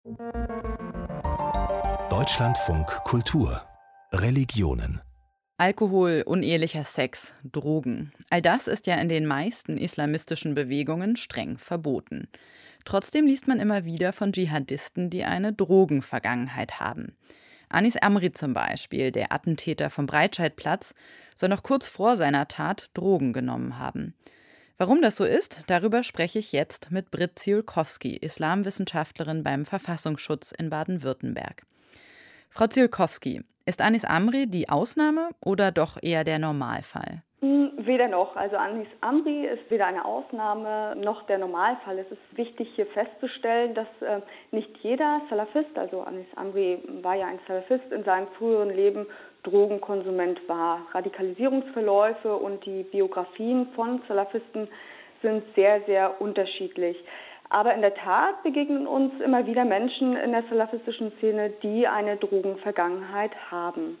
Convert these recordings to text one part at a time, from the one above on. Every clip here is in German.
Deutschlandfunk Kultur Religionen. Alkohol, unehelicher Sex, Drogen. All das ist ja in den meisten islamistischen Bewegungen streng verboten. Trotzdem liest man immer wieder von Dschihadisten, die eine Drogenvergangenheit haben. Anis Amri zum Beispiel, der Attentäter vom Breitscheidplatz, soll noch kurz vor seiner Tat Drogen genommen haben. Warum das so ist, darüber spreche ich jetzt mit Brit Ziolkowski, Islamwissenschaftlerin beim Verfassungsschutz in Baden-Württemberg. Frau Ziolkowski, ist Anis Amri die Ausnahme oder doch eher der Normalfall? Weder noch. Also Anis Amri ist weder eine Ausnahme noch der Normalfall. Es ist wichtig hier festzustellen, dass nicht jeder Salafist, also Anis Amri war ja ein Salafist, in seinem früheren Leben Drogenkonsument war. Radikalisierungsverläufe und die Biografien von Salafisten sind sehr, sehr unterschiedlich. Aber in der Tat begegnen uns immer wieder Menschen in der salafistischen Szene, die eine Drogenvergangenheit haben.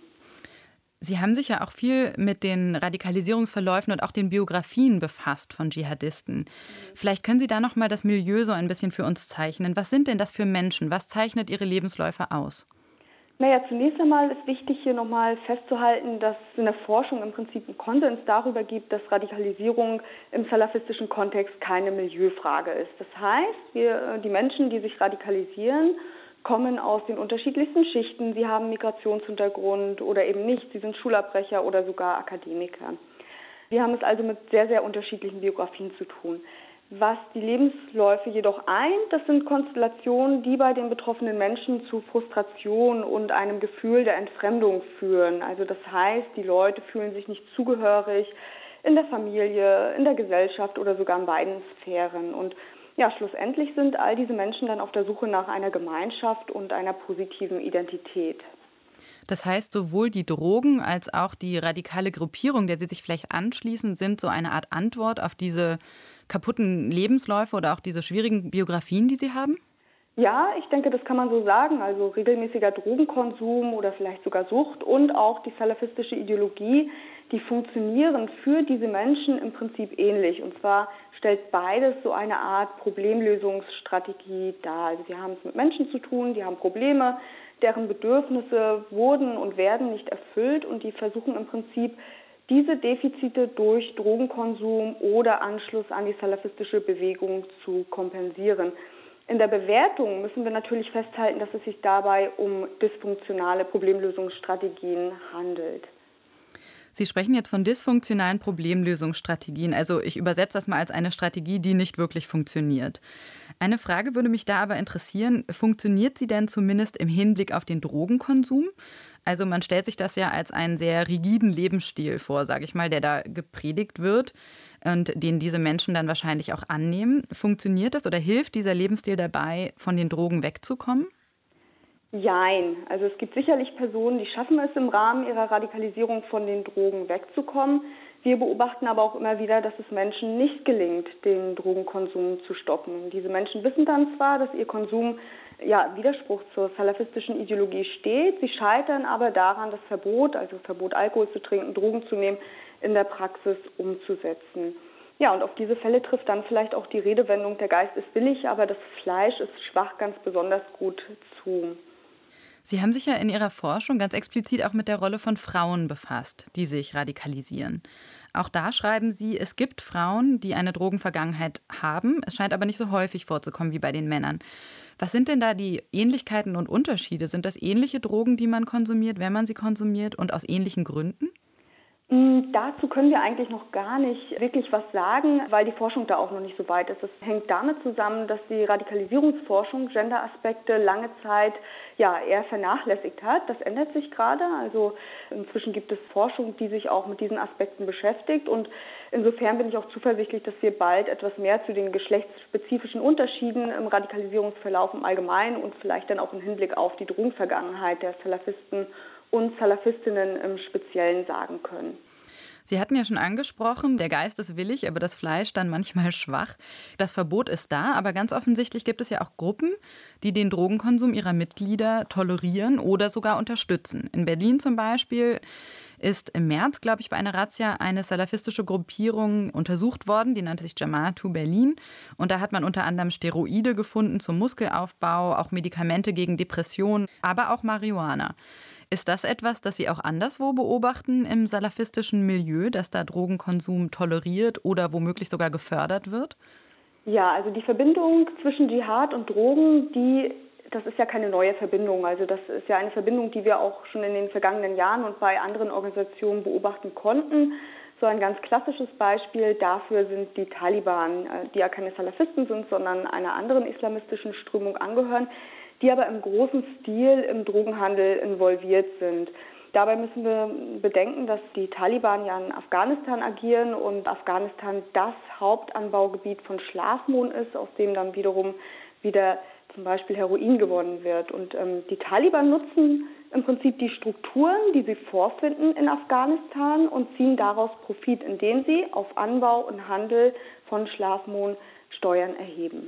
Sie haben sich ja auch viel mit den Radikalisierungsverläufen und auch den Biografien befasst von Dschihadisten. Vielleicht können Sie da noch mal das Milieu so ein bisschen für uns zeichnen. Was sind denn das für Menschen? Was zeichnet ihre Lebensläufe aus? Zunächst einmal ist wichtig, hier nochmal festzuhalten, dass es in der Forschung im Prinzip einen Konsens darüber gibt, dass Radikalisierung im salafistischen Kontext keine Milieufrage ist. Das heißt, die Menschen, die sich radikalisieren, kommen aus den unterschiedlichsten Schichten. Sie haben Migrationshintergrund oder eben nicht. Sie sind Schulabbrecher oder sogar Akademiker. Wir haben es also mit sehr, sehr unterschiedlichen Biografien zu tun. Was die Lebensläufe jedoch eint, das sind Konstellationen, die bei den betroffenen Menschen zu Frustration und einem Gefühl der Entfremdung führen. Also das heißt, die Leute fühlen sich nicht zugehörig in der Familie, in der Gesellschaft oder sogar in beiden Sphären. Und ja, schlussendlich sind all diese Menschen dann auf der Suche nach einer Gemeinschaft und einer positiven Identität. Das heißt, sowohl die Drogen als auch die radikale Gruppierung, der Sie sich vielleicht anschließen, sind so eine Art Antwort auf diese kaputten Lebensläufe oder auch diese schwierigen Biografien, die Sie haben? Ja, ich denke, das kann man so sagen. Also regelmäßiger Drogenkonsum oder vielleicht sogar Sucht und auch die salafistische Ideologie, die funktionieren für diese Menschen im Prinzip ähnlich. Und zwar stellt beides so eine Art Problemlösungsstrategie dar. Also wir haben es mit Menschen zu tun, die haben Probleme, deren Bedürfnisse wurden und werden nicht erfüllt und die versuchen im Prinzip diese Defizite durch Drogenkonsum oder Anschluss an die salafistische Bewegung zu kompensieren. In der Bewertung müssen wir natürlich festhalten, dass es sich dabei um dysfunktionale Problemlösungsstrategien handelt. Sie sprechen jetzt von dysfunktionalen Problemlösungsstrategien. Also ich übersetze das mal als eine Strategie, die nicht wirklich funktioniert. Eine Frage würde mich da aber interessieren, funktioniert sie denn zumindest im Hinblick auf den Drogenkonsum? Also man stellt sich das ja als einen sehr rigiden Lebensstil vor, sage ich mal, der da gepredigt wird und den diese Menschen dann wahrscheinlich auch annehmen. Funktioniert das oder hilft dieser Lebensstil dabei, von den Drogen wegzukommen? Jein. Also es gibt sicherlich Personen, die schaffen es im Rahmen ihrer Radikalisierung von den Drogen wegzukommen. Wir beobachten aber auch immer wieder, dass es Menschen nicht gelingt, den Drogenkonsum zu stoppen. Diese Menschen wissen dann zwar, dass ihr Konsum Widerspruch zur salafistischen Ideologie steht. Sie scheitern aber daran, das Verbot, also Verbot Alkohol zu trinken, Drogen zu nehmen, in der Praxis umzusetzen. Ja, und auf diese Fälle trifft dann vielleicht auch die Redewendung, der Geist ist willig, aber das Fleisch ist schwach, ganz besonders gut zu. Sie haben sich ja in Ihrer Forschung ganz explizit auch mit der Rolle von Frauen befasst, die sich radikalisieren. Auch da schreiben Sie, es gibt Frauen, die eine Drogenvergangenheit haben. Es scheint aber nicht so häufig vorzukommen wie bei den Männern. Was sind denn da die Ähnlichkeiten und Unterschiede? Sind das ähnliche Drogen, die man konsumiert, wenn man sie konsumiert und aus ähnlichen Gründen? Dazu können wir eigentlich noch gar nicht wirklich was sagen, weil die Forschung da auch noch nicht so weit ist. Das hängt damit zusammen, dass die Radikalisierungsforschung Gender-Aspekte lange Zeit eher vernachlässigt hat. Das ändert sich gerade. Also inzwischen gibt es Forschung, die sich auch mit diesen Aspekten beschäftigt. Und insofern bin ich auch zuversichtlich, dass wir bald etwas mehr zu den geschlechtsspezifischen Unterschieden im Radikalisierungsverlauf im Allgemeinen und vielleicht dann auch im Hinblick auf die Drogenvergangenheit der Salafisten und Salafistinnen im Speziellen sagen können. Sie hatten ja schon angesprochen, der Geist ist willig, aber das Fleisch dann manchmal schwach. Das Verbot ist da, aber ganz offensichtlich gibt es ja auch Gruppen, die den Drogenkonsum ihrer Mitglieder tolerieren oder sogar unterstützen. In Berlin zum Beispiel ist im März, glaube ich, bei einer Razzia eine salafistische Gruppierung untersucht worden, die nannte sich Jamaatu Berlin. Und da hat man unter anderem Steroide gefunden zum Muskelaufbau, auch Medikamente gegen Depressionen, aber auch Marihuana. Ist das etwas, das Sie auch anderswo beobachten im salafistischen Milieu, dass da Drogenkonsum toleriert oder womöglich sogar gefördert wird? Ja, also die Verbindung zwischen Dschihad und Drogen, das ist ja keine neue Verbindung. Also das ist ja eine Verbindung, die wir auch schon in den vergangenen Jahren und bei anderen Organisationen beobachten konnten. So ein ganz klassisches Beispiel dafür sind die Taliban, die ja keine Salafisten sind, sondern einer anderen islamistischen Strömung angehören, die aber im großen Stil im Drogenhandel involviert sind. Dabei müssen wir bedenken, dass die Taliban ja in Afghanistan agieren und Afghanistan das Hauptanbaugebiet von Schlafmohn ist, aus dem dann wiederum wieder zum Beispiel Heroin gewonnen wird. Und die Taliban nutzen im Prinzip die Strukturen, die sie vorfinden in Afghanistan und ziehen daraus Profit, indem sie auf Anbau und Handel von Schlafmohn Steuern erheben.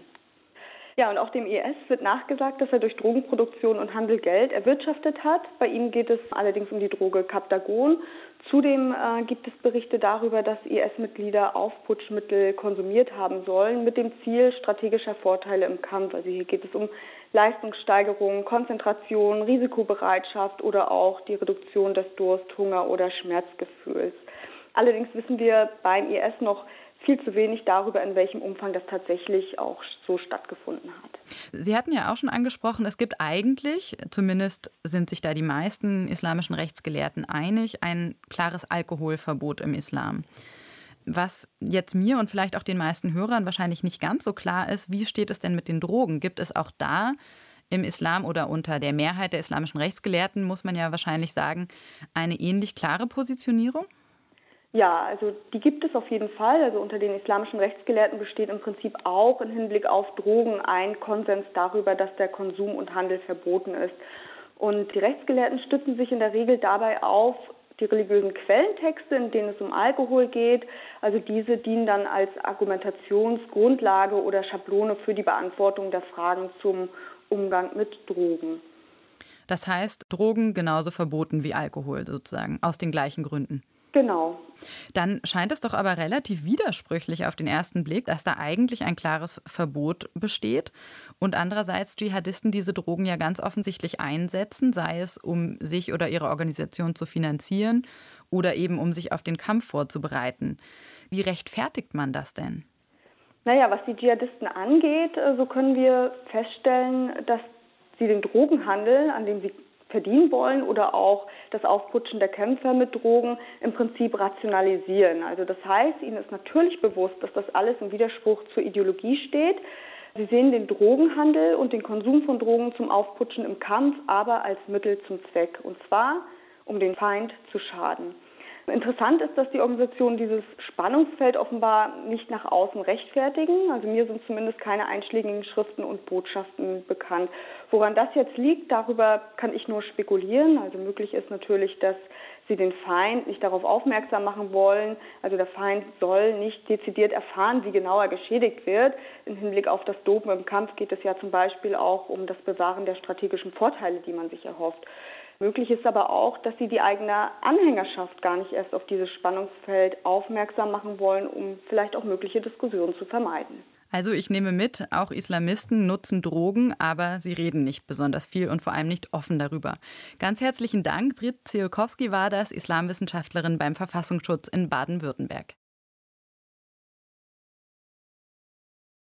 Ja, und auch dem IS wird nachgesagt, dass er durch Drogenproduktion und Handel Geld erwirtschaftet hat. Bei ihm geht es allerdings um die Droge Captagon. Zudem gibt es Berichte darüber, dass IS-Mitglieder Aufputschmittel konsumiert haben sollen, mit dem Ziel strategischer Vorteile im Kampf. Also hier geht es um Leistungssteigerung, Konzentration, Risikobereitschaft oder auch die Reduktion des Durst-, Hunger- oder Schmerzgefühls. Allerdings wissen wir beim IS noch viel zu wenig darüber, in welchem Umfang das tatsächlich auch so stattgefunden hat. Sie hatten ja auch schon angesprochen, es gibt eigentlich, zumindest sind sich da die meisten islamischen Rechtsgelehrten einig, ein klares Alkoholverbot im Islam. Was jetzt mir und vielleicht auch den meisten Hörern wahrscheinlich nicht ganz so klar ist, wie steht es denn mit den Drogen? Gibt es auch da im Islam oder unter der Mehrheit der islamischen Rechtsgelehrten, muss man ja wahrscheinlich sagen, eine ähnlich klare Positionierung? Ja, also die gibt es auf jeden Fall. Also unter den islamischen Rechtsgelehrten besteht im Prinzip auch im Hinblick auf Drogen ein Konsens darüber, dass der Konsum und Handel verboten ist. Und die Rechtsgelehrten stützen sich in der Regel dabei auf die religiösen Quellentexte, in denen es um Alkohol geht. Also diese dienen dann als Argumentationsgrundlage oder Schablone für die Beantwortung der Fragen zum Umgang mit Drogen. Das heißt, Drogen genauso verboten wie Alkohol sozusagen, aus den gleichen Gründen. Genau. Dann scheint es doch aber relativ widersprüchlich auf den ersten Blick, dass da eigentlich ein klares Verbot besteht und andererseits Dschihadisten diese Drogen ja ganz offensichtlich einsetzen, sei es um sich oder ihre Organisation zu finanzieren oder eben um sich auf den Kampf vorzubereiten. Wie rechtfertigt man das denn? Naja, was die Dschihadisten angeht, so können wir feststellen, dass sie den Drogenhandel, an dem sie verdienen wollen oder auch das Aufputschen der Kämpfer mit Drogen im Prinzip rationalisieren. Also das heißt, ihnen ist natürlich bewusst, dass das alles im Widerspruch zur Ideologie steht. Sie sehen den Drogenhandel und den Konsum von Drogen zum Aufputschen im Kampf, aber als Mittel zum Zweck. Und zwar, um den Feind zu schaden. Interessant ist, dass die Organisationen dieses Spannungsfeld offenbar nicht nach außen rechtfertigen. Also mir sind zumindest keine einschlägigen Schriften und Botschaften bekannt. Woran das jetzt liegt, darüber kann ich nur spekulieren. Also möglich ist natürlich, dass sie den Feind nicht darauf aufmerksam machen wollen. Also der Feind soll nicht dezidiert erfahren, wie genau er geschädigt wird. Im Hinblick auf das Dopen im Kampf geht es ja zum Beispiel auch um das Bewahren der strategischen Vorteile, die man sich erhofft. Möglich ist aber auch, dass sie die eigene Anhängerschaft gar nicht erst auf dieses Spannungsfeld aufmerksam machen wollen, um vielleicht auch mögliche Diskussionen zu vermeiden. Also ich nehme mit, auch Islamisten nutzen Drogen, aber sie reden nicht besonders viel und vor allem nicht offen darüber. Ganz herzlichen Dank. Brit Ziolkowski war das, Islamwissenschaftlerin beim Verfassungsschutz in Baden-Württemberg.